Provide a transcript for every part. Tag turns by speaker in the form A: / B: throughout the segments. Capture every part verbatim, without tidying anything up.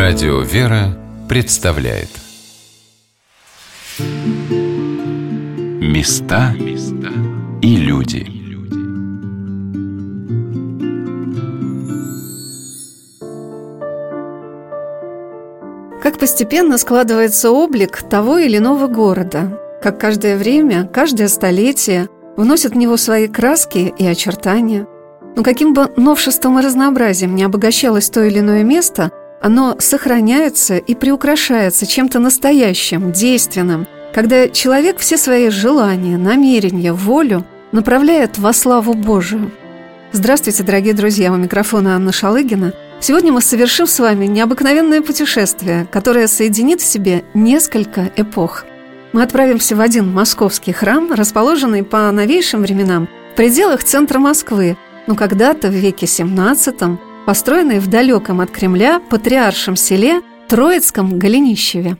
A: Радио «Вера» представляет Места и люди.
B: Как постепенно складывается облик того или иного города, как каждое время, каждое столетие вносит в него свои краски и очертания. Но каким бы новшеством и разнообразием ни обогащалось то или иное место, оно сохраняется и приукрашается чем-то настоящим, действенным, когда человек все свои желания, намерения, волю направляет во славу Божию. Здравствуйте, дорогие друзья, у микрофона Анна Шалыгина. Сегодня мы совершим с вами необыкновенное путешествие, которое соединит в себе несколько эпох. Мы отправимся в один московский храм, расположенный по новейшим временам в пределах центра Москвы, но когда-то в веке семнадцатом построенный в далеком от Кремля патриаршем селе Троицком Голенищеве.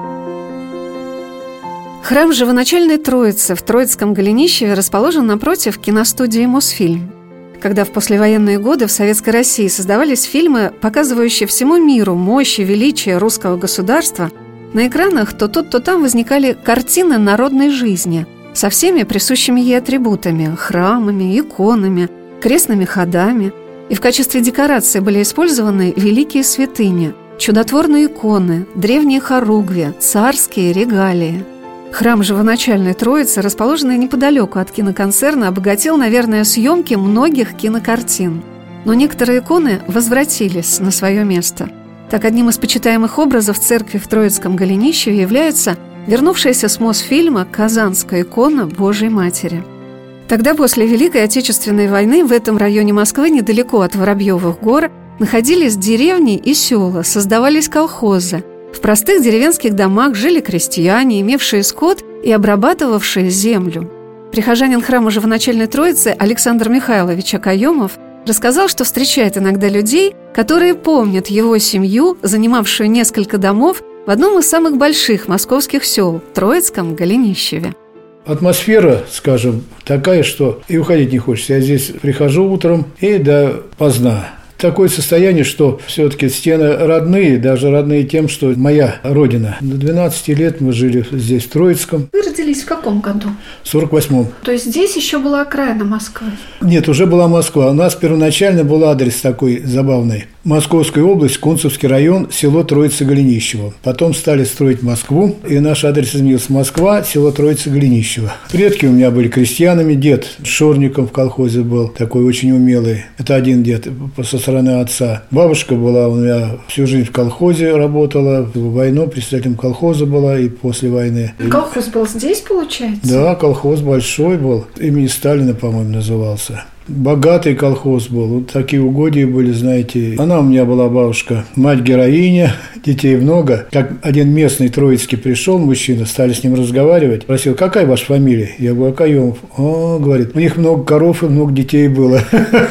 B: Храм Живоначальной Троицы в Троицком Голенищеве расположен напротив киностудии «Мосфильм». Когда в послевоенные годы в Советской России создавались фильмы, показывающие всему миру мощь и величие русского государства, на экранах то тут, то там возникали картины народной жизни со всеми присущими ей атрибутами – храмами, иконами, крестными ходами. И в качестве декорации были использованы великие святыни, чудотворные иконы, древние хоругви, царские регалии. Храм Живоначальной Троицы, расположенный неподалеку от киноконцерна, обогатил, наверное, съемки многих кинокартин. Но некоторые иконы возвратились на свое место. Так, одним из почитаемых образов церкви в Троицком Голенищеве является вернувшаяся с Мосфильма казанская икона Божией Матери. Тогда, после Великой Отечественной войны, в этом районе Москвы, недалеко от Воробьевых гор, находились деревни и села, создавались колхозы. В простых деревенских домах жили крестьяне, имевшие скот и обрабатывавшие землю. Прихожанин храма Живоначальной Троицы Александр Михайлович Окаемов рассказал, что встречает иногда людей, которые помнят его семью, занимавшую несколько домов в одном из самых больших московских сел – Троицком Голенищеве.
C: Атмосфера, скажем, такая, что и уходить не хочется. Я здесь прихожу утром и до поздна. Такое состояние, что все-таки стены родные, даже родные тем, что моя родина. До двенадцати лет мы жили здесь, в Троицком.
B: Вы родились в каком году?
C: В сорок восьмом.
B: То есть здесь еще была окраина Москвы?
C: Нет, уже была Москва. У нас первоначально был адрес такой забавный. Московская область, Кунцевский район, село Троица-Голенищево. Потом стали строить Москву, и наш адрес изменился. Москва, село Троица-Голенищево. Предки у меня были крестьянами, дед шорником в колхозе был, такой очень умелый. Это один дед со стороны отца. Бабушка была у меня всю жизнь в колхозе работала, в войну председателем колхоза была и после войны.
B: Колхоз был здесь, получается?
C: Да, колхоз большой был. Имени Сталина, по-моему, назывался. Богатый колхоз был, вот такие угодья были, знаете. Она у меня была бабушка, мать-героиня, детей много. Как один местный троицкий пришел, мужчина, стали с ним разговаривать, спросил, какая ваша фамилия? Я говорю, Окаемов. О, говорит, у них много коров и много детей было.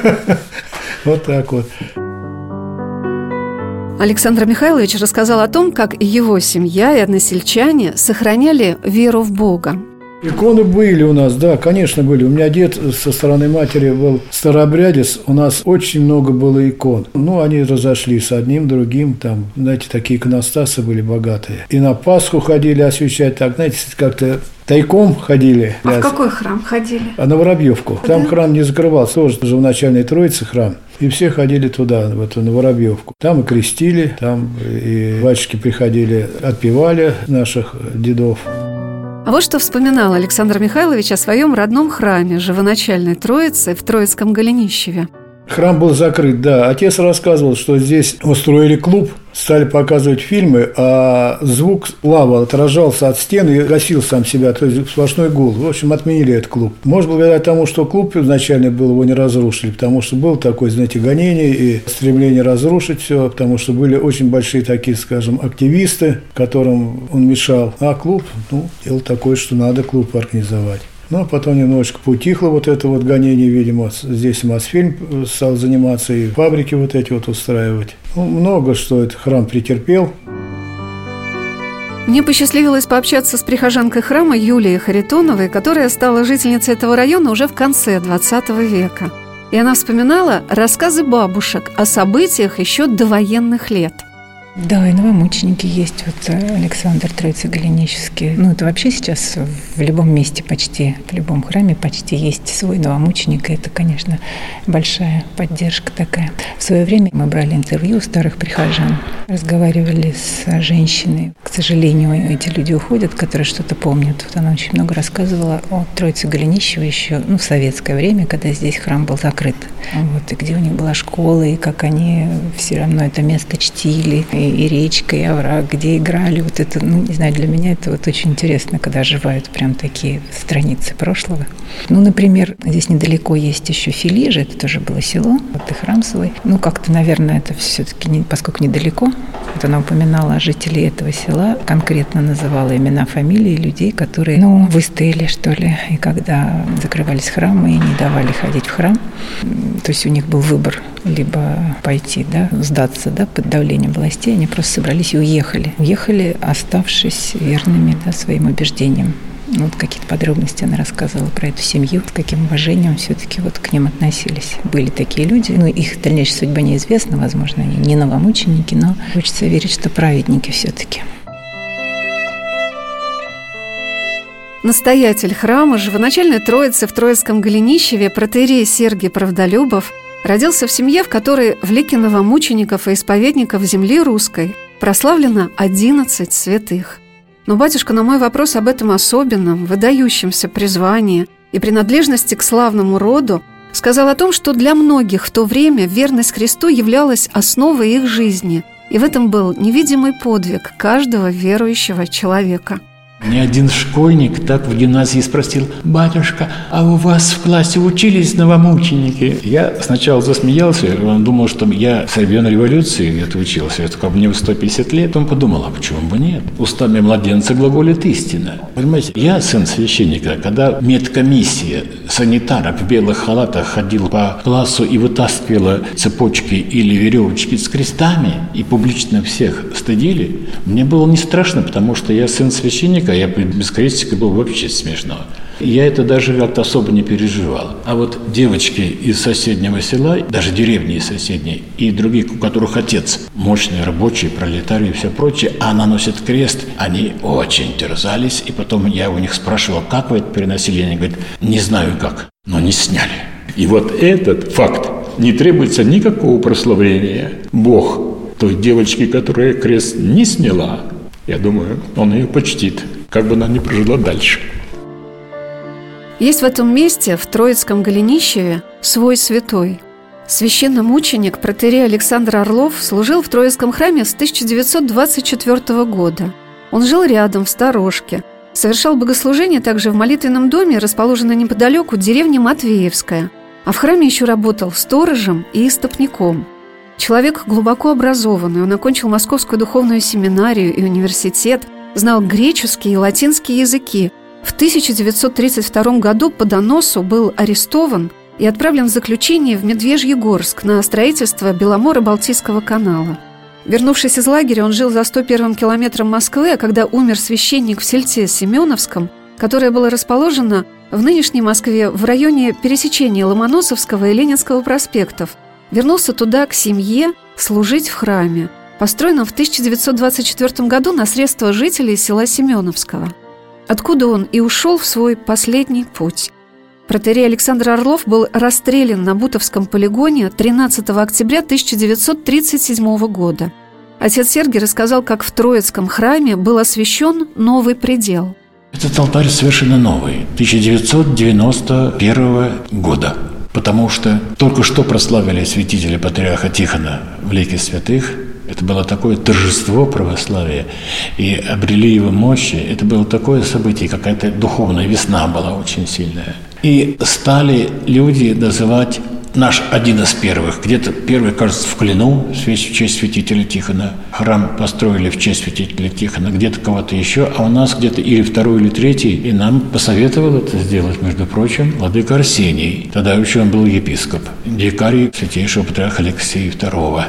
C: Вот так вот.
B: Александр Михайлович рассказал о том, как его семья и односельчане сохраняли веру в Бога.
C: Иконы были у нас, да, конечно, были. У меня дед со стороны матери был старообрядец, у нас очень много было икон. Ну, они разошлись с одним, другим, там, знаете, такие иконостасы были богатые. И на Пасху ходили освещать, так, знаете, как-то тайком ходили.
B: А в какой храм ходили?
C: А на Воробьевку.
B: А
C: Там
B: да?
C: храм не закрывался, тоже Живоначальной Троицы храм. И все ходили туда, в эту, на Воробьевку. Там и крестили, там и батюшки приходили, отпевали наших дедов.
B: А вот что вспоминал Александр Михайлович о своем родном храме Живоначальной Троицы в Троицком Голенищеве.
C: Храм был закрыт, да. Отец рассказывал, что здесь устроили клуб, стали показывать фильмы, а звук лавы отражался от стены и гасил сам себя, то есть сплошной гул. В общем, отменили этот клуб. Может, благодаря тому, что клуб изначально был, его не разрушили, потому что было такое, знаете, гонение и стремление разрушить все, потому что были очень большие такие, скажем, активисты, которым он мешал. А клуб, ну, дело такое, что надо клуб организовать. Ну, а потом немножечко поутихло вот это вот гонение, видимо, здесь Мосфильм стал заниматься и фабрики вот эти вот устраивать. Ну, много что этот храм претерпел.
B: Мне посчастливилось пообщаться с прихожанкой храма Юлией Харитоновой, которая стала жительницей этого района уже в конце двадцатого века. И она вспоминала рассказы бабушек о событиях еще довоенных лет.
D: Да, и новомученики есть. Вот Александр Троице-Голенищевский. Ну, это вообще сейчас в любом месте почти, в любом храме почти есть свой новомученик. И это, конечно, большая поддержка такая. В свое время мы брали интервью у старых прихожан, разговаривали с женщиной. К сожалению, эти люди уходят, которые что-то помнят. Вот она очень много рассказывала о Троице-Голенищево еще, ну, в советское время, когда здесь храм был закрыт. Вот, и где у них была школа, и как они все равно это место чтили. И И речка, и овраг, где играли. Вот это, ну, не знаю, для меня это вот очень интересно, когда оживают прям такие страницы прошлого. Ну, например, здесь недалеко есть еще Филижа, это тоже было село, вот и храм свой. Ну, как-то, наверное, это все-таки, не, поскольку недалеко, вот она упоминала жителей этого села, конкретно называла имена, фамилии людей, которые, ну, выстояли, что ли, и когда закрывались храмы и не давали ходить в храм, то есть у них был выбор либо пойти, да, сдаться, да, под давлением властей, они просто собрались и уехали. Уехали, оставшись верными, да, своим убеждениям. Вот какие-то подробности она рассказывала про эту семью, с каким уважением все-таки вот к ним относились. Были такие люди, ну, их дальнейшая судьба неизвестна, возможно, они не новомученики, но хочется верить, что праведники все-таки.
B: Настоятель храма Живоначальной Троицы в Троицком Голенищеве протоиерей Сергий Правдолюбов родился в семье, в которой в лике новомучеников и исповедников земли русской прославлено одиннадцать святых. Но батюшка на мой вопрос об этом особенном, выдающемся призвании и принадлежности к славному роду сказал о том, что для многих в то время верность Христу являлась основой их жизни, и в этом был невидимый подвиг каждого верующего человека.
E: Ни один школьник так в гимназии спросил: «Батюшка, а у вас в классе учились новомученики?» Я сначала засмеялся, он думал, что я со времен революции где-то учился, это как мне в сто пятьдесят лет. Он подумал, а почему бы нет? Устами младенца глаголит истина. Понимаете, я сын священника, когда медкомиссия санитаров в белых халатах ходил по классу и вытаскивала цепочки или веревочки с крестами и публично всех стыдили, мне было не страшно, потому что я сын священника, а я без крестика был вообще смешно. Я это даже как-то особо не переживал. А вот девочки из соседнего села, даже деревни из соседней, и других, у которых отец мощный, рабочий, пролетарий и все прочее, а она носит крест, они очень терзались. И потом я у них спрашивал, как вы это переносили? Они говорят, не знаю как, но не сняли. И вот этот факт не требуется никакого прославления. Бог той девочки, которая крест не сняла, я думаю, он ее почтит, как бы она ни прожила дальше.
B: Есть в этом месте, в Троицком Голенищеве, свой святой. Священномученик протоиерей Александр Орлов служил в Троицком храме с тысяча девятьсот двадцать четвёртого года. Он жил рядом, в сторожке. Совершал богослужение также в молитвенном доме, расположенном неподалеку деревни Матвеевская. А в храме еще работал сторожем и истопником. Человек глубоко образованный, он окончил Московскую духовную семинарию и университет, знал греческий и латинский языки. В тысяча девятьсот тридцать втором году по доносу был арестован и отправлен в заключение в Медвежьегорск на строительство Беломоро-Балтийского канала. Вернувшись из лагеря, он жил за сто первым километром Москвы, а когда умер священник в сельце Семеновском, которое было расположено в нынешней Москве в районе пересечения Ломоносовского и Ленинского проспектов, вернулся туда к семье служить в храме, построенном в тысяча девятьсот двадцать четвёртом году на средства жителей села Семеновского, откуда он и ушел в свой последний путь. Протоиерей Александр Орлов был расстрелян на Бутовском полигоне тринадцатого октября тысяча девятьсот тридцать седьмого года. Отец Сергий рассказал, как в Троицком храме был освящен новый предел.
E: Этот алтарь совершенно новый, тысяча девятьсот девяносто первого года. Потому что только что прославили святителя патриарха Тихона в лике святых. Это было такое торжество православия. И обрели его мощи. Это было такое событие, какая-то духовная весна была очень сильная. И стали люди называть наш один из первых. Где-то первый, кажется, в Клину, в честь святителя Тихона. Храм построили в честь святителя Тихона. Где-то кого-то еще. А у нас где-то или второй, или третий. И нам посоветовал это сделать, между прочим, владыка Арсений. Тогда еще он был епископ. Викарий святейшего патриарха Алексея второго.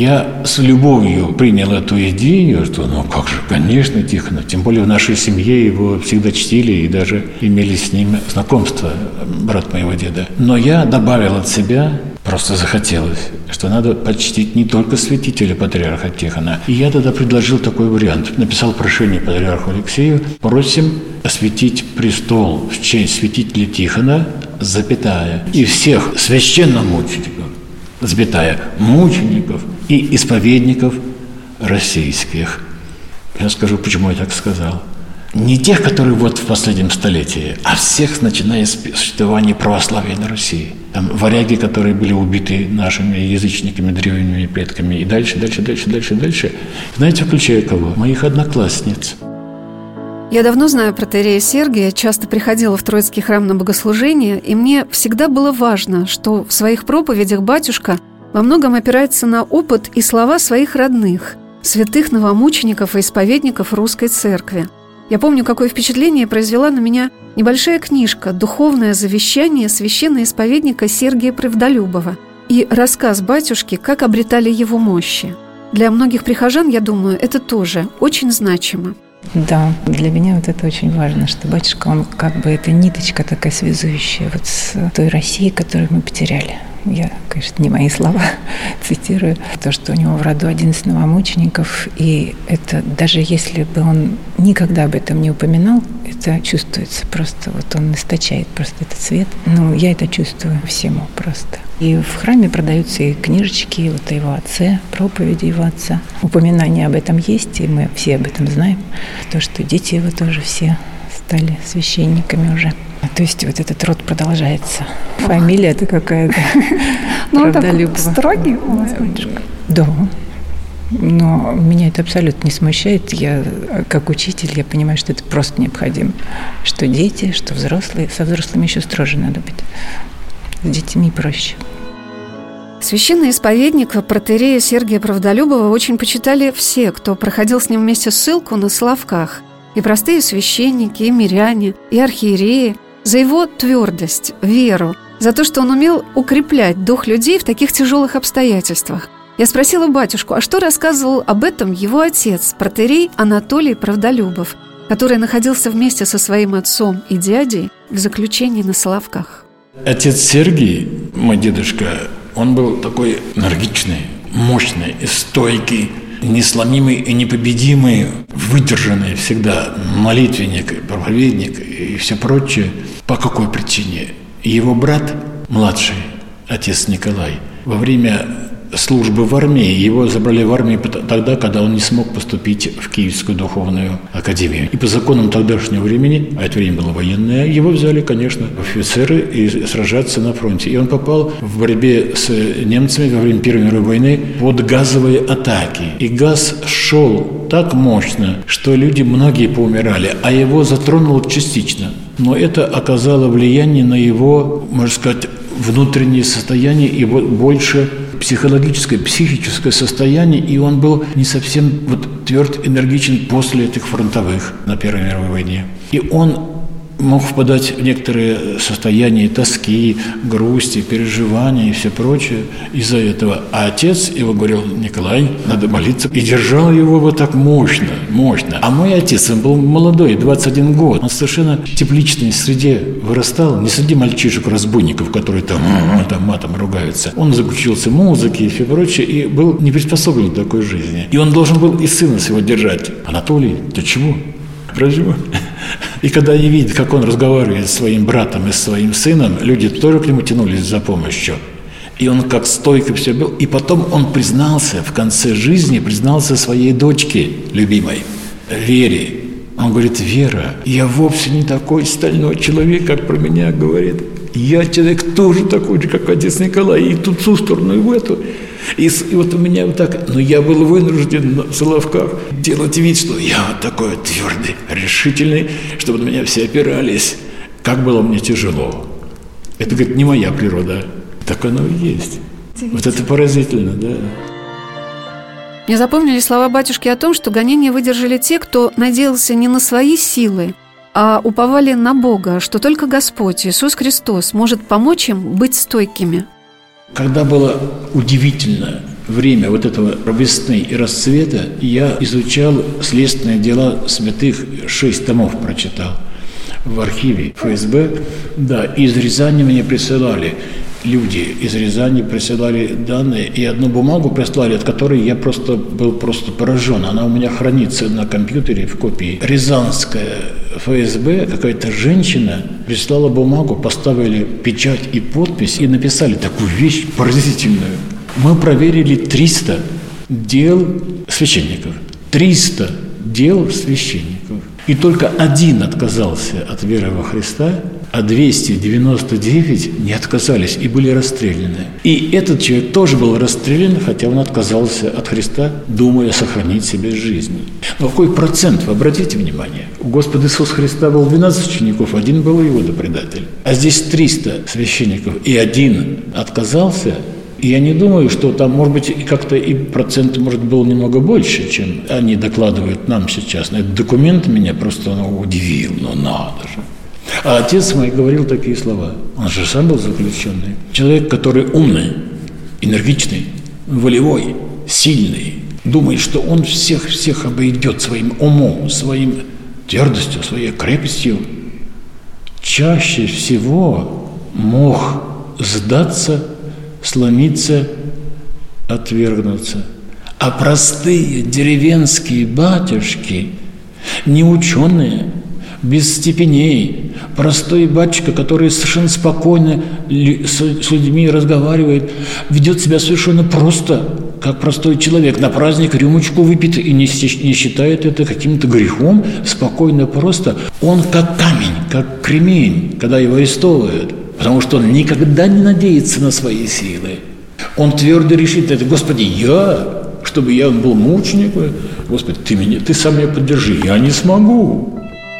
E: Я с любовью принял эту идею, что ну как же, конечно, Тихона. Тем более в нашей семье его всегда чтили и даже имели с ним знакомство, брат моего деда. Но я добавил от себя, просто захотелось, что надо почтить не только святителя патриарха Тихона. И я тогда предложил такой вариант. Написал прошение патриарху Алексею. Просим осветить престол в честь святителя Тихона, запятая, и всех священномучеников, запятая, мучеников и исповедников российских. Я скажу, почему я так сказал. Не тех, которые вот в последнем столетии, а всех, начиная с существования православия на Руси. Там варяги, которые были убиты нашими язычниками, древними предками, и дальше, дальше, дальше, дальше, дальше. Знаете, включая кого? Моих одноклассниц.
B: Я давно знаю протоиерея Сергия, часто приходила в Троицкий храм на богослужение, и мне всегда было важно, что в своих проповедях батюшка во многом опирается на опыт и слова своих родных, святых новомучеников и исповедников Русской Церкви. Я помню, какое впечатление произвела на меня небольшая книжка «Духовное завещание священноисповедника Сергия Правдолюбова» и рассказ батюшки, как обретали его мощи. Для многих прихожан, я думаю, это тоже очень значимо.
D: Да, для меня вот это очень важно, что батюшка, он как бы это ниточка такая связующая вот с той Россией, которую мы потеряли. Я, конечно, не мои слова цитирую. То, что у него в роду одиннадцать новомучеников, и это даже если бы он никогда об этом не упоминал, это чувствуется просто. Вот он источает просто этот цвет. Ну, я это чувствую всему просто. И в храме продаются и книжечки вот о его отце, проповеди его отца. Упоминания об этом есть, и мы все об этом знаем. То, что дети его тоже все стали священниками уже. То есть вот этот род продолжается. Фамилия-то какая-то.
B: Ну, он такой строгий у вас батюшка.
D: Да. Но меня это абсолютно не смущает. Я, как учитель, я понимаю, что это просто необходимо. Что дети, что взрослые. Со взрослыми еще строже надо быть. С детьми проще.
B: Священный исповедник протоиерея Сергия Правдолюбова очень почитали все, кто проходил с ним вместе ссылку на Соловках. И простые священники, и миряне, и архиереи. За его твердость, веру, за то, что он умел укреплять дух людей в таких тяжелых обстоятельствах. Я спросила батюшку, а что рассказывал об этом его отец, протоиерей Анатолий Правдолюбов, который находился вместе со своим отцом и дядей в заключении на Соловках.
E: Отец Сергий, мой дедушка, он был такой энергичный, мощный, стойкий, несломимый и непобедимый, выдержанный всегда молитвенник, проповедник и все прочее. По какой причине? Его брат, младший, отец Николай, во время службы в армии, его забрали в армию тогда, когда он не смог поступить в Киевскую духовную академию. И по законам тогдашнего времени, а это время было военное, его взяли, конечно, в офицеры и сражаться на фронте. И он попал в борьбе с немцами во время Первой мировой войны под газовые атаки. И газ шел так мощно, что люди многие поумирали, а его затронуло частично. Но это оказало влияние на его, можно сказать, внутреннее состояние и больше психологическое, психическое состояние, и он был не совсем вот тверд, энергичен после этих фронтовых на Первой мировой войне. И он мог впадать в некоторые состояния тоски, грусти, переживания и все прочее из-за этого. А отец его говорил: Николай, надо молиться. И держал его вот так мощно, мощно. А мой отец, он был молодой, двадцать один год. Он совершенно в тепличной среде вырастал, не среди мальчишек-разбойников, которые там, там матом ругаются. Он заключился в музыке и все прочее, и был не приспособлен к такой жизни. И он должен был и сына своего держать. Анатолий, ты чего? Почему? И когда они видят, как он разговаривает с своим братом и с своим сыном, люди тоже к нему тянулись за помощью. И он как стойко все был. И потом он признался, в конце жизни признался своей дочке любимой, Вере. Он говорит: Вера, я вовсе не такой стальной человек, как про меня говорит. Я человек тоже такой же, как отец Николай. И тут в ту сторону, и в эту. И, и вот у меня вот так, но я был вынужден на Соловках делать вид, что я вот такой твердый, решительный, чтобы на меня все опирались. Как было мне тяжело. Это, говорит, не моя природа. Так оно и есть. Вот это поразительно, да.
B: Мне запомнили слова батюшки о том, что гонения выдержали те, кто надеялся не на свои силы, а уповали на Бога, что только Господь, Иисус Христос, может помочь им быть стойкими.
E: Когда было удивительно время вот этого весны и расцвета, я изучал следственные дела святых, шесть томов прочитал в архиве эф эс бэ, да, из Рязани мне присылали. люди из Рязани присылали данные, и одну бумагу прислали, от которой я просто был просто поражен. Она у меня хранится на компьютере в копии. Рязанская эф эс бэ, какая-то женщина прислала бумагу, поставили печать и подпись и написали такую вещь поразительную. Мы проверили триста дел священников. триста дел священников. И только один отказался от веры во Христа, а двести девяносто девять не отказались и были расстреляны. И этот человек тоже был расстрелян, хотя он отказался от Христа, думая сохранить себе жизнь. Но какой процент, вы обратите внимание? У Господа Иисуса Христа было двенадцать учеников, один был Иуда предатель. А здесь триста священников, и один отказался. И я не думаю, что там, может быть, как-то и процент, может, был немного больше, чем они докладывают нам сейчас. Но этот документ меня просто ну, удивил, ну надо же. А отец мой говорил такие слова. Он же сам был заключенный. Человек, который умный, энергичный, волевой, сильный, думает, что он всех-всех обойдет своим умом, своим твердостью, своей крепостью, чаще всего мог сдаться, сломиться, отвергнуться. А простые деревенские батюшки, не ученые, без степеней, простой батюшка, который совершенно спокойно с людьми разговаривает, ведет себя совершенно просто, как простой человек. На праздник рюмочку выпит и не считает это каким-то грехом, спокойно, просто. Он как камень, как кремень, когда его арестовывают. Потому что он никогда не надеется на свои силы. Он твердо решит это: Господи, я, чтобы я был мучеником, Господи, ты меня, ты сам меня поддержи, я не смогу.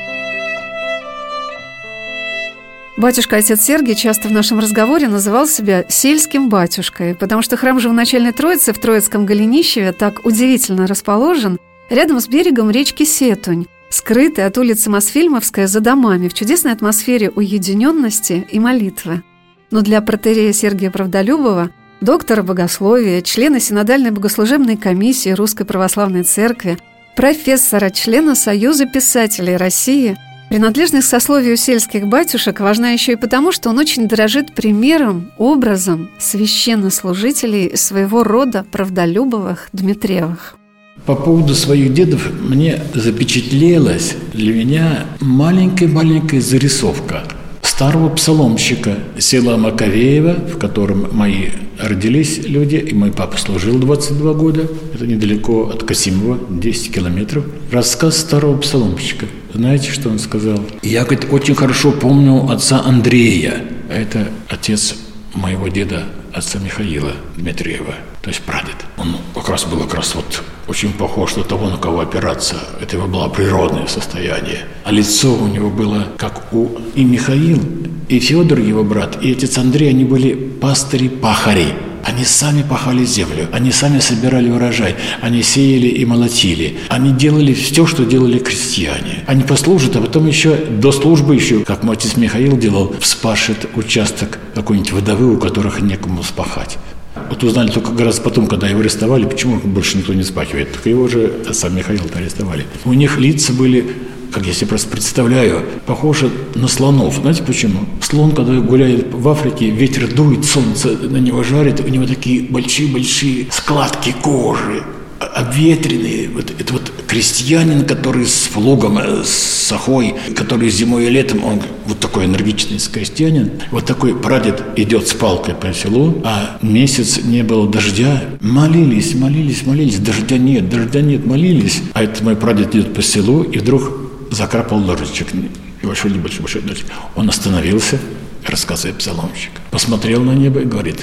B: Батюшка отец Сергий часто в нашем разговоре называл себя сельским батюшкой, потому что храм Живоначальной Троицы в Троицком Голенищеве так удивительно расположен рядом с берегом речки Сетунь, скрытый от улицы Мосфильмовская за домами, в чудесной атмосфере уединенности и молитвы. Но для протоиерея Сергия Правдолюбова, доктора богословия, члена Синодальной богослужебной комиссии Русской Православной Церкви, профессора, члена Союза писателей России, принадлежность к сословию сельских батюшек важна еще и потому, что он очень дорожит примером, образом священнослужителей своего рода Правдолюбовых, Дмитриевых.
E: По поводу своих дедов мне запечатлелась для меня маленькая-маленькая зарисовка старого псаломщика села Маковеева, в котором мои родились люди, и мой папа служил двадцать два года. Это недалеко от Касимова, десять километров. Рассказ старого псаломщика. Знаете, что он сказал? Я, говорит, очень хорошо помню отца Андрея. Это отец моего деда, отца Михаила Дмитриева, то есть прадед. Он как раз был как раз вот очень похож на того, на кого опираться. Это его было природное состояние. А лицо у него было как у и Михаил, и Федор, его брат, и отец Андрей, они были пастыри-пахари. Они сами пахали землю, они сами собирали урожай, они сеяли и молотили. Они делали все, что делали крестьяне. Они послужат, а потом еще до службы еще, как мой отец Михаил делал, вспашет участок какой-нибудь водовый, у которых некому спахать. Вот узнали только как раз потом, когда его арестовали, почему больше никто не спахивает. Так его же сам Михаил-то арестовали. У них лица были, как я себе просто представляю, похожи на слонов. Знаете почему? Слон, когда гуляет в Африке, ветер дует, солнце на него жарит, у него такие большие-большие складки кожи, обветренные. Вот, это вот крестьянин, который с плугом, с сахой, который зимой и летом, он вот такой энергичный крестьянин. Вот такой прадед идет с палкой по селу, а месяц не было дождя. Молились, молились, молились, дождя нет, дождя нет, молились. А этот мой прадед идет по селу, и вдруг закрапал дождичек, большой, небольшой, большой дождик. Он остановился, рассказывает псаломщик, посмотрел на небо и говорит: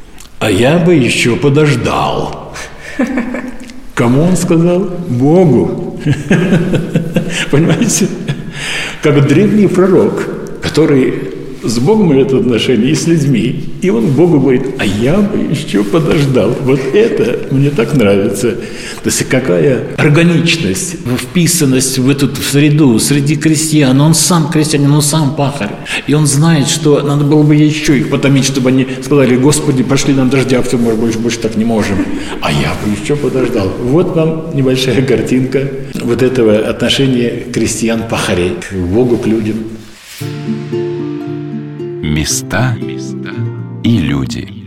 E: а я бы еще подождал. Кому он сказал? Богу. Понимаете? Как древний пророк, который с Богом имеет отношения и с людьми. И он Богу говорит: а я бы еще подождал. Вот это мне так нравится. То есть какая органичность, вписанность в эту в среду, среди крестьян. Он сам крестьянин, он сам пахарь. И он знает, что надо было бы еще их потомить, чтобы они сказали: Господи, пошли нам дождя, все, мы больше, больше так не можем. А я бы еще подождал. Вот вам небольшая картинка вот этого отношения крестьян-пахарей к Богу, к людям.
A: Места и люди.